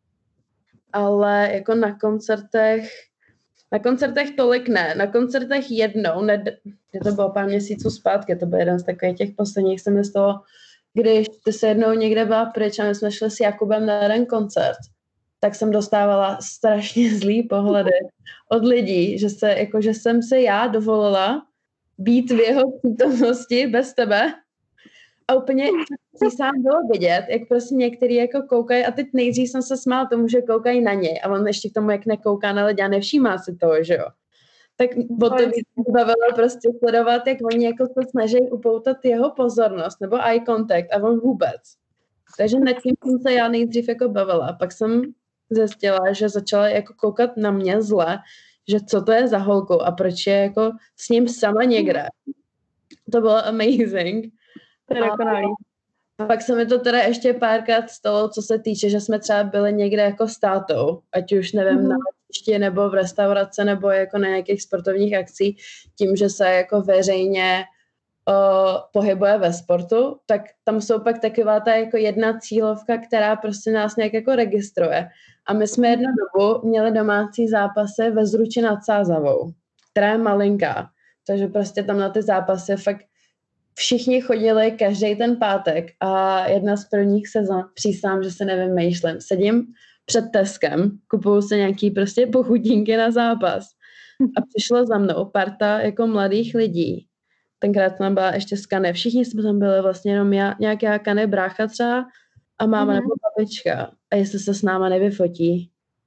Ale jako na koncertech, na koncertech tolik ne. Na koncertech jednou, ne, to bylo pár měsíců zpátky, to byl jeden z takových těch posledních, se mi stalo, když ty se jednou někde byla pryč a my jsme šli s Jakubem na jeden koncert, tak jsem dostávala strašně zlý pohledy od lidí, že, se, jako, že jsem se já dovolila být v jeho přítomnosti bez tebe a úplně sám bylo vidět, jak prostě některý jako koukají a teď nejdřív jsem se smál tomu, že koukají na něj a on ještě k tomu, jak nekouká na lidi a nevšímá si toho, že jo. Tak o to víc bavilo prostě sledovat, jak oni jako se snaží upoutat jeho pozornost nebo eye contact a on vůbec. Takže nad tím jsem se já nejdřív jako bavila. Pak jsem zjistila, že začala jako koukat na mě zle, že co to je za holku a proč je jako s ním sama někde. To bylo amazing.
To je dokonalý.
A pak se mi to teda ještě párkrát stalo, co se týče, že jsme třeba byli někde jako s tátou, ať už nevím, mm. na letišti nebo v restauraci nebo jako na nějakých sportovních akcích, tím, že se jako veřejně o, pohybuje ve sportu, tak tam jsou pak taková ta jako jedna cílovka, která prostě nás nějak jako registruje. A my jsme jednu dobu měli domácí zápasy ve Zruči nad Sázavou, která je malinká. Takže prostě tam na ty zápasy fakt všichni chodili každý ten pátek a jedna z prvních sezon, přísám, že se nevymýšlím, sedím před Teskem, kupuju se nějaký prostě pochutínky na zápas a přišlo za mnou parta jako mladých lidí. Tenkrát tam byla ještě z Kany, všichni jsme tam byli vlastně jenom já, nějaká Kany brácha třeba a máma mm-hmm. nebo babička. A jestli se s náma nevyfotí.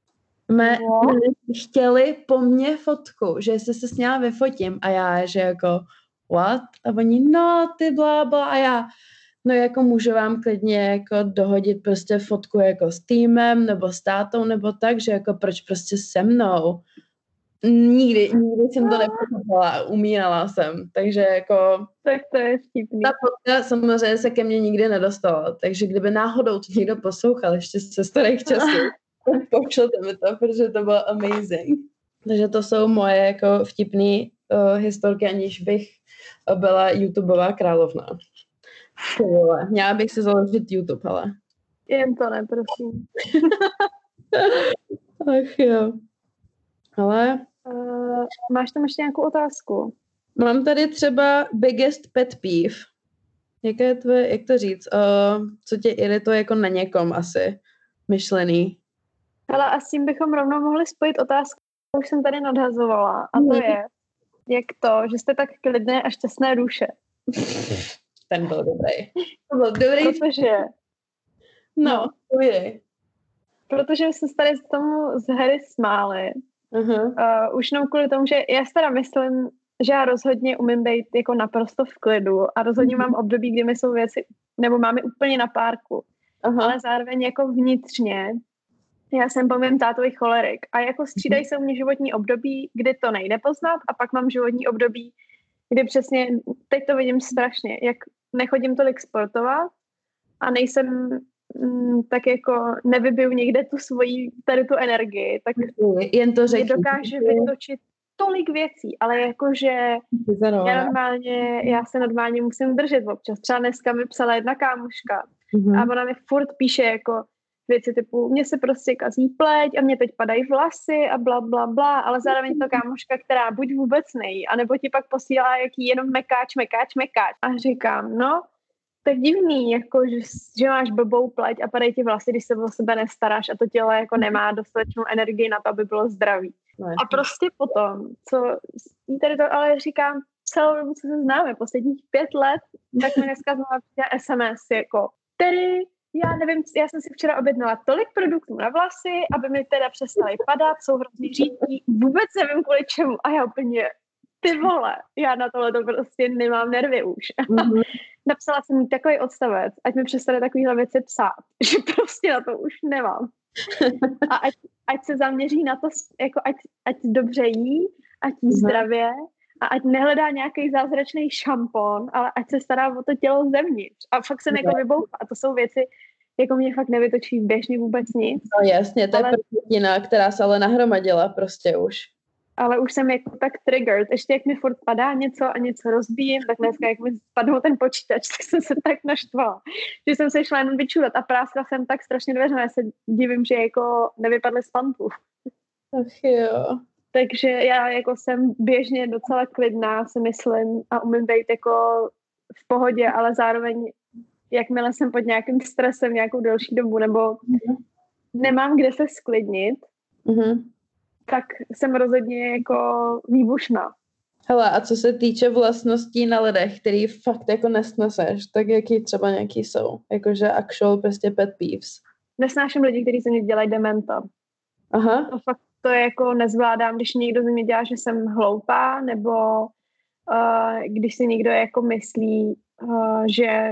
Mé no. chtěli po mně fotku, že jestli se s náma vyfotím a já, že jako what? A oni, no, ty blá, blá, a já, no jako můžu vám klidně jako dohodit prostě fotku jako s týmem, nebo s tátou, nebo tak, že jako proč prostě se mnou. Nikdy, nikdy jsem to nepochopila, umírala jsem, takže jako...
Tak to je vtipný.
Ta fotka samozřejmě se ke mně nikdy nedostala, takže kdyby náhodou to někdo poslouchal ještě ze starých časů, tak pošlete mi to, protože to bylo amazing. Takže to jsou moje jako vtipné uh, historky, aniž bych byla YouTubeová královna. Tohle. Měla bych si založit YouTube, ale...
Jen to ne, prosím.
Ach jo. Ale...
Uh, máš tam ještě nějakou otázku?
Mám tady třeba biggest pet peeve. Jaké je tvoje, jak to říct, uh, co tě irituje jako na někom asi myšlený?
Ale a s tím bychom rovnou mohli spojit otázku, už jsem tady nadhazovala, a to je, jak to, že jste tak klidné a šťastné duše.
Ten byl dobrý. To byl dobrý.
Protože...
No, povídej.
Protože jsme se tady z tomu z Harry smáli.
Uh-huh.
Uh, už jenom kvůli tomu, že já si teda myslím, že já rozhodně umím být jako naprosto v klidu a rozhodně mám období, kdy mi jsou věci, nebo máme úplně na párku. Uh-huh. Ale zároveň jako vnitřně, já jsem po mém tátovi cholerik a jako střídají se u mě životní období, kdy to nejde poznat a pak mám životní období, kdy přesně, teď to vidím strašně, jak nechodím tolik sportovat a nejsem mm, tak jako nevybiju někde tu svoji, tady tu energii, tak
jen to řekni.
Dokáže vytočit tolik věcí, ale jakože já normálně, já se normálně musím držet občas. Třeba dneska mi psala jedna kámoška mm-hmm. a ona mi furt píše jako věci typu, mně se prostě kazí pleť a mě teď padají vlasy a bla, bla, bla, ale zároveň to kámoška, která buď vůbec nejí, anebo ti pak posílá jaký jenom mekáč, mekáč, mekáč. A říkám, no, tak divný, jako, že, že máš blbou pleť a padají ti vlasy, když se o sebe nestaráš a to tělo jako nemá dostatečnou energii na to, aby bylo zdravý. No, a prostě potom, co tady to ale říkám, celou dobu, co se známe, posledních pět let, tak mi dneska znovu přijde es em es, jako, tedy, já nevím, já jsem si včera objednala tolik produktů na vlasy, aby mi teda přestaly padat, jsou hrozně řídký, vůbec nevím kvůli čemu a já úplně, ty vole, já na tohle to prostě nemám nervy už. Mm-hmm. Napsala jsem jí takový odstavec, ať mi přestane takovýhle věci psát, že prostě na to už nemám. A ať, ať se zaměří na to, jako ať, ať dobře jí, ať jí zdravě a ať nehledá nějaký zázračný šampon, ale ať se stará o to tělo zevnitř. A fakt jsem jako vybouchla. A to jsou věci, jako mě fakt nevytočí běžně vůbec nic.
No jasně, to ale... je prkvětina, která se ale nahromadila prostě už.
Ale už jsem jako tak triggered. Ještě jak mi furt padá něco a něco rozbíjím, tak dneska jak mi spadnou ten počítač, tak jsem se tak naštvala, že jsem se šla jenom vyčurat a práskla jsem tak strašně dveře, já se divím, že jako nevypadly z pantů.
Ach jo.
Takže já jako jsem běžně docela klidná, si myslím, a umím být jako v pohodě, ale zároveň jakmile jsem pod nějakým stresem nějakou delší dobu, nebo mm-hmm. nemám kde se sklidnit, mm-hmm. tak jsem rozhodně jako výbušná.
Hele, a co se týče vlastností na lidech, který fakt jako nesneseš, tak jaký třeba nějaký jsou? Jakože actual prostě pet peeves.
Nesnáším lidi, kteří se mě dělají dementa.
Aha.
To fakt to jako nezvládám, když někdo ze mě dělá, že jsem hloupá, nebo uh, když si někdo jako myslí, uh, že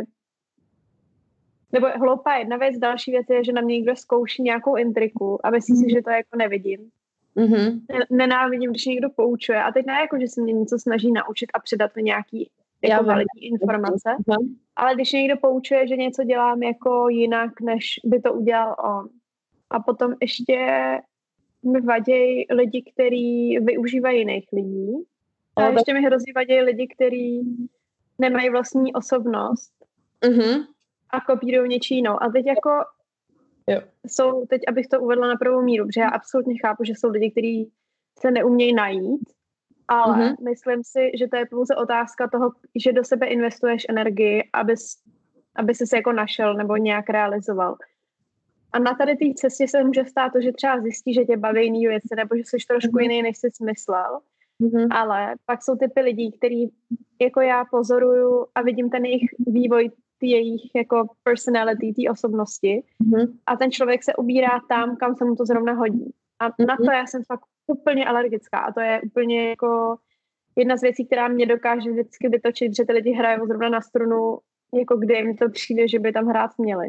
nebo hloupá jedna věc, další věc je, že na mě někdo zkouší nějakou intriku a myslí si, že to jako nevidím. Mm-hmm. Nenávidím, když někdo poučuje. A teď ne jako, že se mě něco snaží naučit a předat mi nějaký jako validní informace, mm-hmm. ale když někdo poučuje, že něco dělám jako jinak, než by to udělal on. A potom ještě mi vadějí lidi, kteří využívají jiných lidí. A ještě mi hrozně vadějí lidi, kteří nemají vlastní osobnost mm-hmm. a kopírují něčí jinou. A teď jako jo. jsou, teď abych to uvedla na prvou míru, protože já absolutně chápu, že jsou lidi, kteří se neumějí najít, ale mm-hmm. myslím si, že to je pouze otázka toho, že do sebe investuješ energii, abys, aby jsi se jako našel nebo nějak realizoval. A na tady té cestě se může stát to, že třeba zjistí, že tě baví jiný věci, nebo že jsi trošku mm-hmm. jiný, než jsi myslel. Mm-hmm. Ale pak jsou typy lidí, který jako já pozoruju a vidím ten jejich vývoj, ty jejich jako personality, ty osobnosti. Mm-hmm. A ten člověk se ubírá tam, kam se mu to zrovna hodí. A mm-hmm. na to já jsem fakt úplně alergická. A to je úplně jako jedna z věcí, která mě dokáže vždycky vytočit, že ty lidi hrajou zrovna na strunu, jako kde jim to přijde, že by tam hrát měli.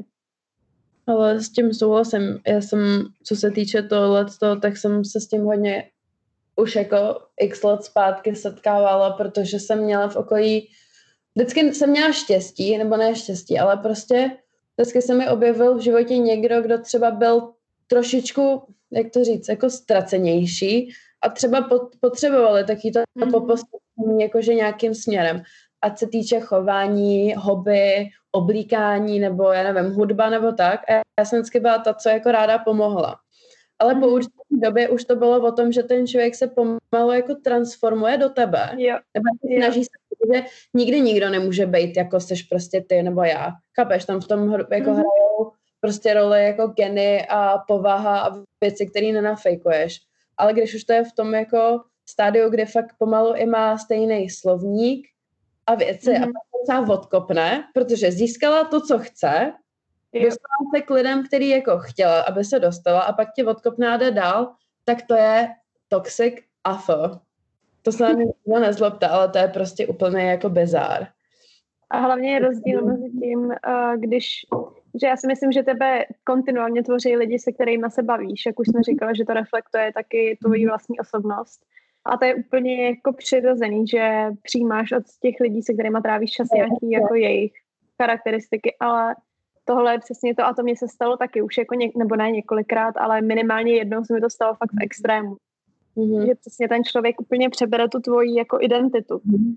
Ale s tím souhlasím. Já jsem, co se týče tohleto, tak jsem se s tím hodně už jako x let zpátky setkávala, protože jsem měla v okolí, vždycky jsem měla štěstí, nebo ne štěstí, ale prostě vždycky se mi objevil v životě někdo, kdo třeba byl trošičku, jak to říct, jako ztracenější a třeba potřebovali taky to mm-hmm. popostavení jakože nějakým směrem. Ať se týče chování, hobby, oblíkání, nebo já nevím, hudba nebo tak. A já jsem vždycky byla ta, co jako ráda pomohla. Ale mm-hmm. po určité době už to bylo o tom, že ten člověk se pomalu jako transformuje do tebe.
Jo.
Nebo snaží se, že nikdy nikdo nemůže být, jako seš prostě ty nebo já. Chápeš, tam v tom jako mm-hmm. hrajou prostě roli jako geny a povaha a věci, které nenafejkuješ. Ale když už to je v tom jako stádiu, kde fakt pomalu i má stejný slovník a věci mm-hmm. a pak se třeba odkopne, protože získala to, co chce, jo. dostala se k lidem, který jako chtěla, aby se dostala a pak tě odkopne a jde dál, tak to je toxic afo. To se na mě nikdo nezlobte, ale to je prostě úplně jako bizár.
A hlavně je rozdíl mezi tím, když, že já si myslím, že tebe kontinuálně tvoří lidi, se kterými se bavíš, jak už jsme říkala, že to reflektuje taky tvoji vlastní osobnost. A to je úplně jako přirozený, že přijímáš od těch lidí, se kterými trávíš čas nějaký jako jejich charakteristiky, ale tohle je přesně to a to mně se stalo taky už jako něk, nebo ne několikrát, ale minimálně jednou se mi to stalo fakt v extrému. Mm-hmm. Že přesně ten člověk úplně přebere tu tvoji jako identitu.
Mm-hmm.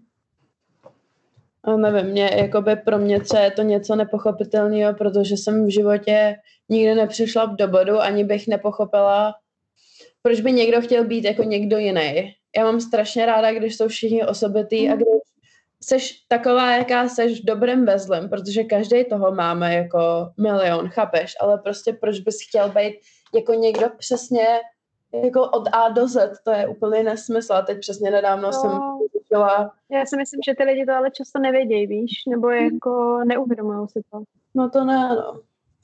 A nevím, mě, jakoby pro mě třeba je to něco nepochopitelného, protože jsem v životě nikdy nepřišla do bodu, ani bych nepochopila, proč by někdo chtěl být jako někdo jiný. Já mám strašně ráda, když jsou všichni osobitý mm. a když seš taková, jaká seš v dobrém bez zlém, protože každý toho máme jako milion, chápeš? Ale prostě proč bys chtěl být jako někdo přesně jako od A do Z, to je úplně nesmysl. A teď přesně nedávno no, jsem chtěla...
Já si myslím, že ty lidi to ale často nevědějí, víš? Nebo jako neuvědomují si to.
No to ne, no.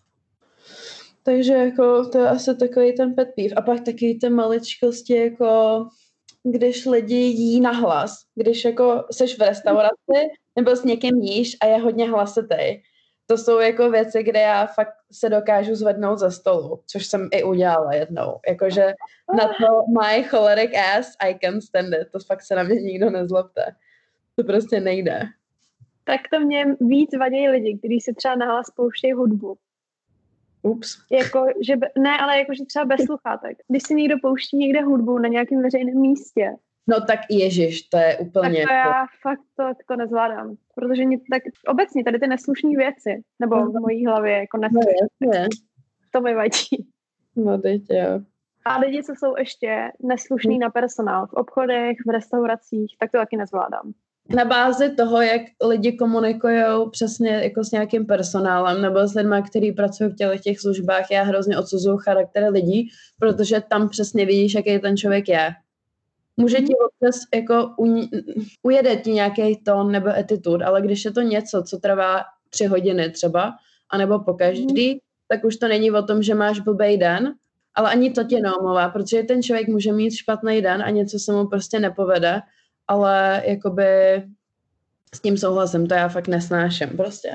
Takže jako to je asi takový ten pet peeve. A pak taky ty maličkosti, jako když lidi jí nahlas, když jako seš v restauraci nebo s někým jíš a je hodně hlasitej. To jsou jako věci, kde já fakt se dokážu zvednout ze stolu, což jsem i udělala jednou. Jakože na to my choleric ass I can stand it. To fakt se na mě nikdo nezlobte. To prostě nejde.
Tak to mě víc vadí lidi, kteří si třeba nahlas pouštějí hudbu.
Ups.
Jako, že be, ne, ale jakože třeba bez sluchátek. Když si někdo pouští někde hudbu na nějakém veřejném místě.
No tak ježiš, to je úplně...
Tak to já fakt to, to nezvládám. Protože mě, tak obecně tady ty neslušné věci, nebo v mojí hlavě jako neslušné.
No,
to mi vadí.
No teď jo.
A lidi, co jsou ještě neslušní na personál v obchodech, v restauracích, tak to taky nezvládám.
Na bázi toho, jak lidi komunikují přesně jako s nějakým personálem nebo s lidmi, kteří pracují v těch, těch službách, já hrozně odsuzuju charakter lidí, protože tam přesně vidíš, jaký ten člověk je. Může ti občas jako u, ujede ti nějaký tón nebo attitude, ale když je to něco, co trvá tři hodiny třeba, anebo po každý, mm. tak už to není o tom, že máš blbej den, ale ani to tě neomlouvá, protože ten člověk může mít špatný den a něco se mu prostě nepovede, ale jakoby s tím souhlasem, to já fakt nesnáším prostě.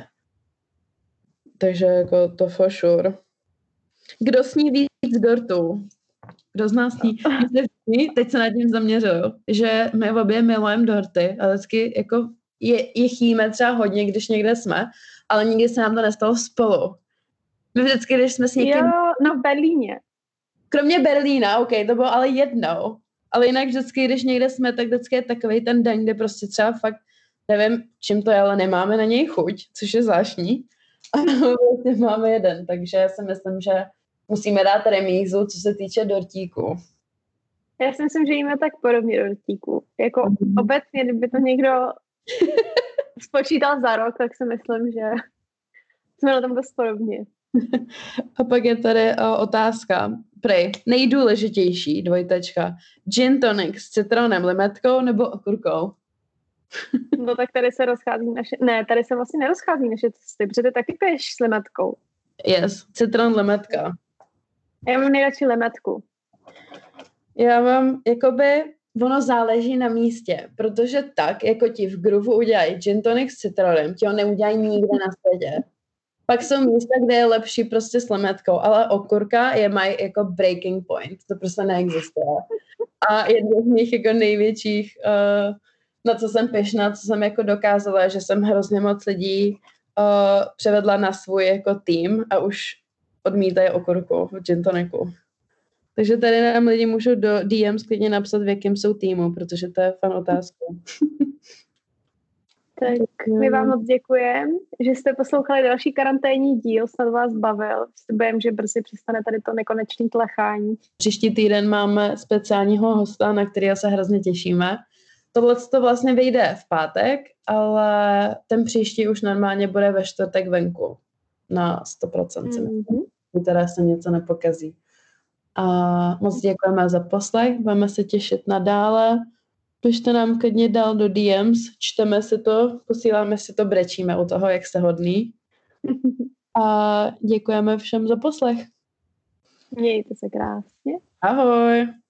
Takže jako to for sure. Kdo sní víc dortů? Kdo z nás sní? Teď se nad tím zaměřuju, že my obě milujeme dorty a vždycky jako je, je chýme třeba hodně, když někde jsme, ale nikdy se nám to nestalo spolu. My vždycky, když jsme s někým...
Jo, no v Berlíně.
Kromě Berlína, ok, to bylo ale jednou. Ale jinak vždycky, když někde jsme, tak vždycky je takovej ten den, kde prostě třeba fakt, nevím, čím to je, ale nemáme na něj chuť, což je zvláštní. A vlastně máme jeden, takže já si myslím, že musíme dát remízu, co se týče dortíků.
Já si myslím, že jíme tak podobně dortíků. Jako mm. obecně, kdyby to někdo spočítal za rok, tak si myslím, že jsme na tom dost podobně.
A pak je tady o, otázka. Prej, nejdůležitější, dvojtečka. Gin tonic s citronem, limetkou nebo okurkou?
No tak tady se rozchází naše... Ne, tady se vlastně nerozchází naše cesty, protože ty taky piješ s limetkou.
Yes, citron, limetka.
Já mám nejradši limetku.
Já mám, jakoby, ono záleží na místě, protože tak, jako ti v Groovu udělají gin tonic s citronem, ti ho neudělají nikde na světě. Pak jsou místa, kde je lepší prostě s lemetkou, ale okurka je my jako breaking point. To prostě neexistuje. A jedno z mých jako největších, uh, na co jsem pyšná, co jsem jako dokázala, že jsem hrozně moc lidí uh, převedla na svůj jako tým a už odmítají okurku v gin toniku. Takže tady nám lidi můžou do D Ms klidně napsat, v jakém jsou týmu, protože to je fan otázka.
Tak my vám moc děkujeme, že jste poslouchali další karanténní díl, snad vás bavil. Slibujeme, že brzy přestane tady to nekonečné tlechání.
Příští týden máme speciálního hosta, na kterého se hrozně těšíme. Tohle to vlastně vyjde v pátek, ale ten příští už normálně bude ve čtvrtek venku. Na sto procent. Mm-hmm. Teda se něco nepokazí. A moc děkujeme za poslech, budeme se těšit nadále. Pište nám klidně dál do D Ms, čteme si to, posíláme si to, brečíme u toho, jak jste hodný. A děkujeme všem za poslech.
Mějte se krásně.
Ahoj.